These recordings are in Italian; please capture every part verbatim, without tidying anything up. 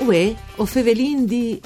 Uè, o fevelin di...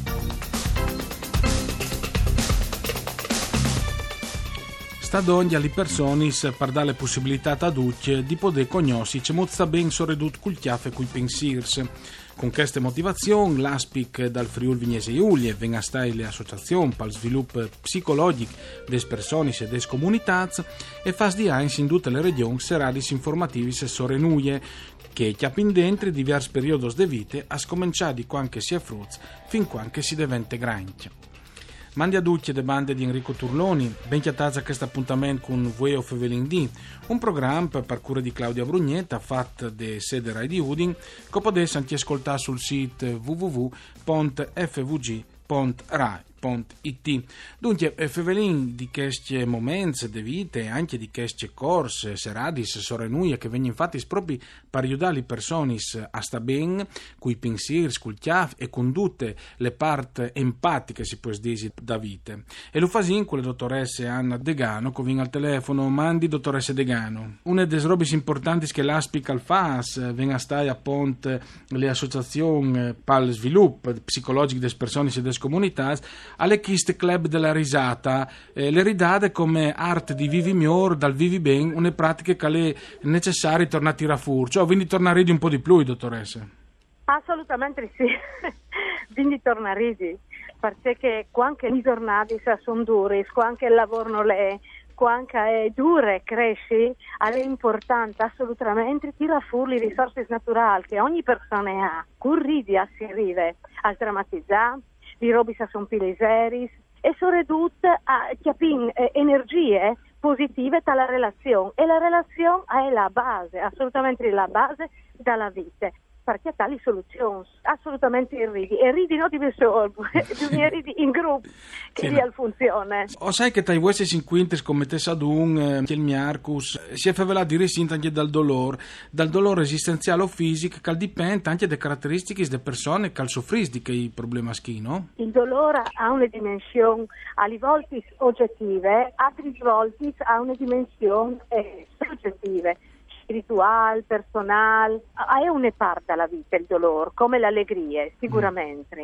Sta d'ogni alle persone per dare la possibilità a tutti di poter conoscere molto ben soredut col chiaffo e col pensiers. Con queste motivazioni, l'Aspic dal Friuli Vignese Giulia venga a stare le associazioni per lo sviluppo psicologico delle persone e delle comunità e fa di anni in tutte le regioni serali informativi e sorenuie che chiappin dentro diversi periodi di vita a scominciare di quanche si è fruzzi fin quanche si diventa granchia. Mandi a tutti le bande di Enrico Turloni, ben chiatazza a questo appuntamento con Way of Evelyn, un programma per cura di Claudia Brugnetta fatto da sede Rai di Udin, che potete anche ascoltare sul sito w w w punto f v g punto rai punto i t. Dunque, Fevelin di questi momenti di vita e anche di queste corse, seradis, sorenuie che vengono infatti proprio per aiutare le persone a stare bene, con i pensieri, con il chiaff e con tutte le parti empatiche, si può dire, da vita. E lo fa con le dottoresse Anna Degano, che viene al telefono, mandi dottoressa Degano. Una delle robe importanti che l'Aspic al fas, viene a stare appunto le associazioni per lo sviluppo psicologico delle persone e delle comunità, alle Kist Club della risata, eh, le ridate come arte di vivi miglior, dal vivi ben, une pratiche che le necessarie tornare a tirare fuori, cioè quindi tornare a ridere un po' di più, dottoressa. Assolutamente sì, quindi tornare a ridere, perché quando le giornate sono dure, quando il lavoro non è, quando è duro cresci, è importante assolutamente tirare fuori le risorse naturali che ogni persona ha, con ridi a si ride, a drammatizzare, di robi sa son pileseris e soprattutto a capire eh, energie positive dalla relazione e la relazione è la base, assolutamente la base della vita, perché tali soluzioni assolutamente ridi e ridi non di solo, bisogna ridi in gruppo che sì, dia no. funzione. O sai che tra i vostri cinquinti come te Sadun, eh, che il Miarcus si è favelato di risint anche dal dolore, dal dolore esistenziale o fisico che dipende anche dalle caratteristiche delle persone che soffriscono di quei problemi schino. Il dolore ha una dimensione alle volte oggettive, altre volte ha una dimensione eh, soggettive. Spirituale, personale, è una parte della vita il dolore, come l'allegria, sicuramente. Mm.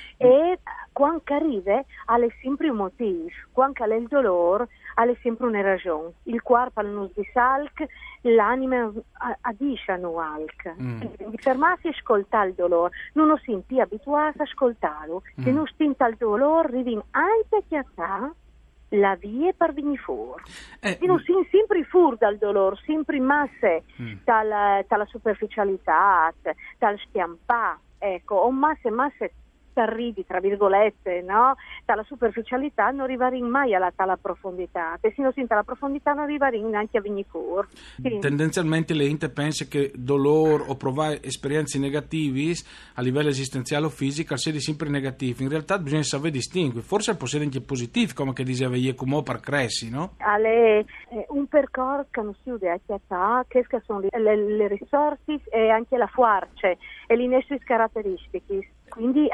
E quando arriva, ha sempre un motivo, quando ha il dolore, ha sempre una ragione. Il corpo non si salca, l'anima adisce a non alca. Mm. Fermarsi e ascoltare il dolore, non lo si più abituati a ascoltarlo. Mm. Se non stinta il dolore, arrivi anche a chiattare la via per venire fuori. Eh, non si sempre fuori dal dolore, sempre masse mm. dalla, dalla superficialità, dal stiampà, ecco, o masse masse ridi, tra virgolette, no? Dalla superficialità non arrivare mai alla tale profondità, e se non si alla profondità non arrivare neanche a venire fuori. Quindi, tendenzialmente le inte pensa che dolore o provare esperienze negative a livello esistenziale o fisico siano sempre negativi. In realtà bisogna sapere distinguere, forse possiede anche positivi, come che diceva Iacomò per cressi, no? È un percorso che non si usa a chiatà, che sono le, le, le risorse e anche la forza e le nostre caratteristiche. Quindi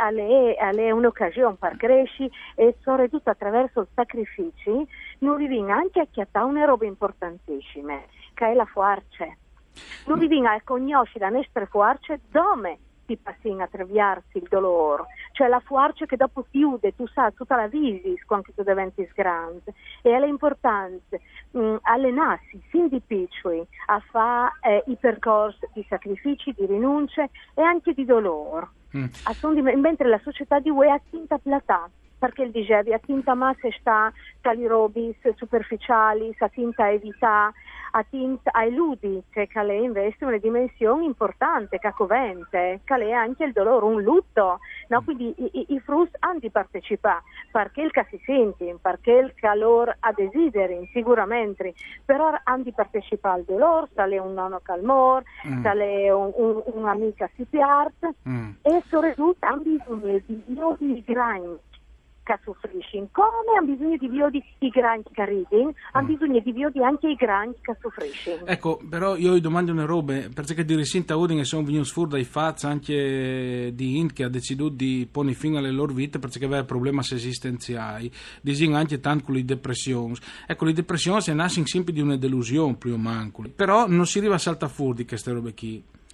è un'occasione per crescere e soprattutto attraverso i sacrifici noi viviamo anche a chiattare una roba importantissima, che è la forza. Noi viviamo a conoscere la nostra forza dove si passa attraverso il dolore, cioè la forza che dopo si ude, tu sai, tutta la visi quando tu diventi grande. E è importante mh, allenarsi sin di piccoli a fare eh, i percorsi di sacrifici, di rinunce e anche di dolore. Mm. Mentre la società di U E ha tinta platà, perché il dicevi, ha tinta massa sta tali robi superficiali, ha tinta evità, ha tinta ai ludi, che è invece una dimensione importante, cacovente, che è anche il dolore, un lutto, no? Quindi i, i, i frus hanno di partecipare, perché il che si sente, perché il calore ha desideri, sicuramente, però hanno di partecipare al dolore, sale un nonno calmor, mm. sale un, un, un'amica si piarte, mm. e soprattutto hanno bisogno di nodi grandi che soffriscono, come hanno bisogno di viodi i grandi che ridono, hanno mm. bisogno di viodi anche i grandi che soffriscono. Ecco, però io domando una roba, perché di risinta Udin e sono venuti fuori dai fatti anche di Int che ha deciso di porre fine alle loro vite perché aveva problemi esistenziali, dicono anche tanto con le depressioni. Ecco, le depressioni nascono sempre di una delusione più o meno, però non si arriva a saltare fuori di queste robe qui.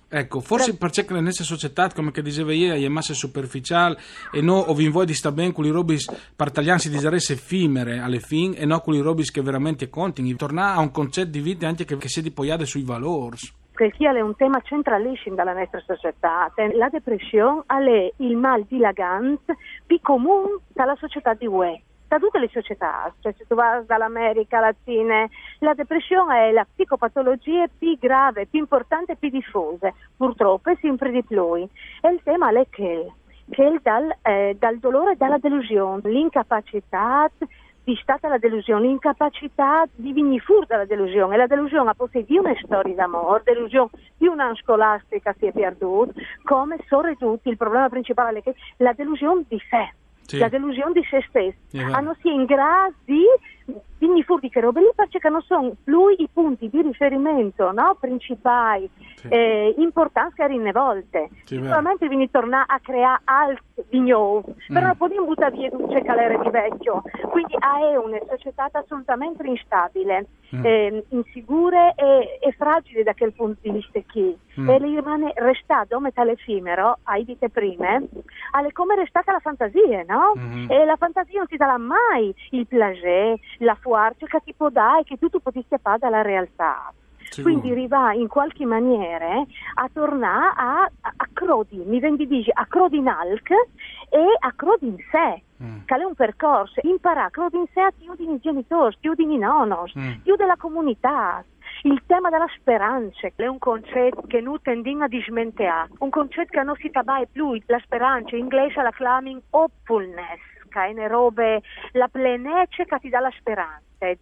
Ecco, forse Bra- perché nelle nostre società, come che diceva ieri, è massa superficiale e no, o vi vuoi di sta ben con i robis partagliansi di zaresse effimere alle fin e no con i robis che veramente contano. Tornare a un concetto di vita anche che, che si dipoiade sui valori. Perché è un tema centralissimo della nostra società. La depressione è il mal dilagante più comune dalla società di U E. Da tutte le società, cioè se tu vai dall'America alla Cina, la depressione è la psicopatologia più grave, più importante e più diffusa, purtroppo è sempre di più. E il tema è che, che è dal, eh, dal dolore e dalla delusione, l'incapacità di stare alla delusione, l'incapacità di venire fuori dalla delusione. E la delusione ha possedi una storia d'amore, delusione di un anno scolastica si è perduta, come sono tutti, il problema principale è che la delusione di sé. Sì. La delusione di se stessi, yeah. Hanno si in grado di venire fuori di che robe lì perché non sono più i punti di riferimento, no? Principali, sì. eh, importanti che erano volte. Sì, sicuramente vieni tornare a creare altro di nuovo, mm. però non possiamo buttare via tutto calere di vecchio. Quindi è una società assolutamente instabile, mm. eh, insicura e, e fragile da quel punto di vista qui. Mm. E rimane restato come tale effimero, hai dite prime, alle come è restata la fantasia, no? Mm. E la fantasia non ti darà mai il piacere, la forza che ti può dare e che tu, tu potresti fare dalla realtà. Sicuro. Quindi arriva in qualche maniera a tornare a, a, a crodi, mi vendi dici a crodi in alc e a crodi in sé, mm. che è un percorso, imparare a crodi in sé a più di genitori, più di nonnos, mm. più della comunità. Il tema della speranza è un concetto che noi tendiamo a dismentare, un concetto che non si tratta più, la speranza, in inglese la claiming hopefulness, che è una roba, la plenezza che ti dà la speranza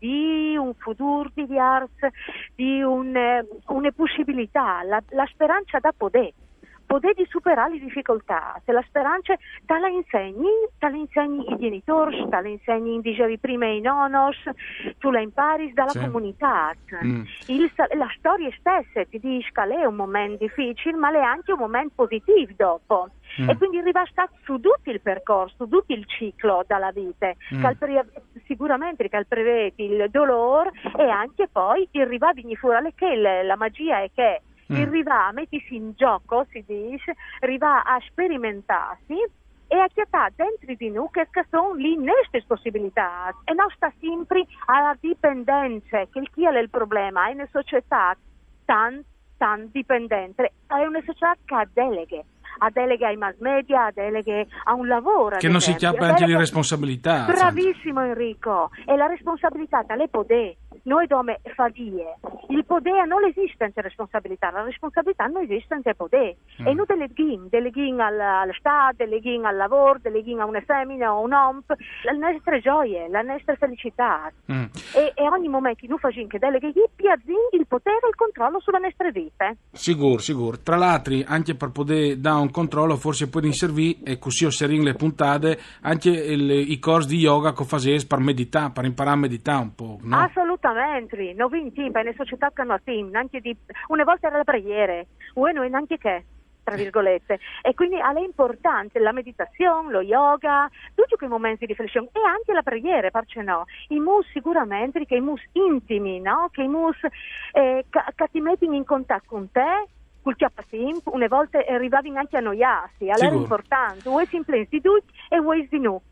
di un futuro diverso, di un, una possibilità, la, la speranza da poter. Poter di superare le difficoltà, se la speranza te la insegni, te la insegni i genitori, te la insegni, dicevi prima, i nonnos, tu la impari dalla sì. comunità. Mm. Il, la storia stessa ti dice che è un momento difficile, ma è anche un momento positivo dopo. Mm. E quindi arriva a stare su tutto il percorso, su tutto il ciclo della vita, mm. che pre- sicuramente che prevede il dolore e anche poi il arriva a venire fuori che la, la magia è che Mm. il arriva a mettersi in gioco, si dice, arriva a sperimentarsi e a chiedere dentro di noi che sono le nostre possibilità e non sta sempre alla dipendenza, che il chi è il problema, è una società tan, tan dipendente, è una società che ha deleghe. A deleghe ai mass media, a deleghe a un lavoro. Che non si chiappa anche di responsabilità. Bravissimo Enrico, e la responsabilità tale potere. Noi dobbiamo fare il potere non esiste senza responsabilità, la responsabilità non esiste senza potere. Mm. E noi deleghiamo, deleghiamo al, allo Stato, deleghiamo al lavoro, deleghiamo a una femmina o un uomo, le nostre gioie, la nostra felicità. Mm. E, e ogni momento che noi facciamo che deleghi, piazziamo il potere e il controllo sulla nostra vita. Sicuro, sicuro. Tra l'altro, anche per poter dare un controllo, forse poi servire, e così osservare le puntate, anche il, i corsi di yoga che facessi per meditare, per imparare a meditare un po', no? Assolutamente. Non vi in team, nelle società che hanno team, neanche di, una volta era la preghiera, o non è neanche che, tra virgolette, e quindi è importante la meditazione, lo yoga, tutti quei momenti di riflessione e anche la preghiera, perché no? I mus sicuramente, che i mus intimi, no? Che i mus eh, che, che ti mettono in contatto con te, col chiappasimp, una volta arrivavi anche a noiarsi, allora è importante, vuoi sempre di tutti e vuoi di noi.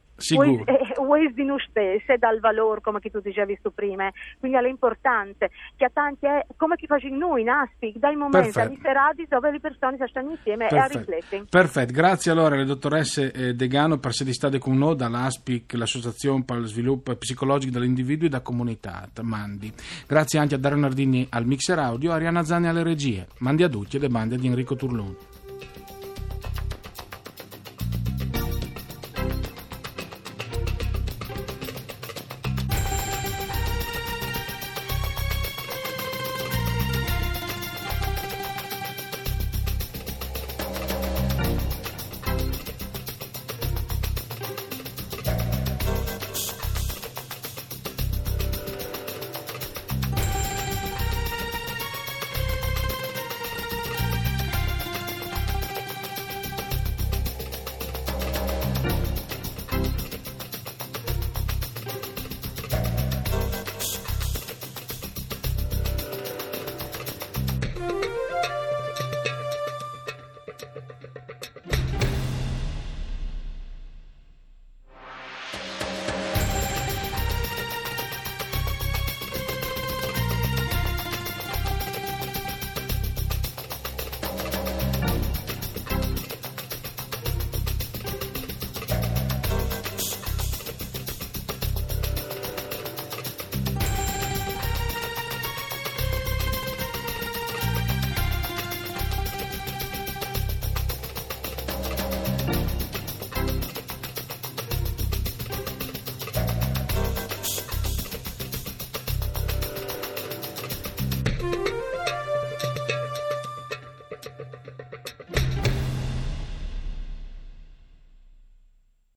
Vuoi di noi stessi e dal valore, come che tu dicevi tu prima, quindi è importante che a tanti è come che facciamo noi in Aspic dai momenti agli serati dove le persone si stanno insieme Perfetto. E a riflettere. Perfetto, grazie allora alle dottoresse Degano per essere state con noi dall'Aspic, l'Associazione per lo Sviluppo Psicologico dell'Individuo e da Comunità, Mandi. Grazie anche a Dario Nardini al mixer audio, Arianna Zani alle regie. Mandi a tutti le bande di Enrico Turlun.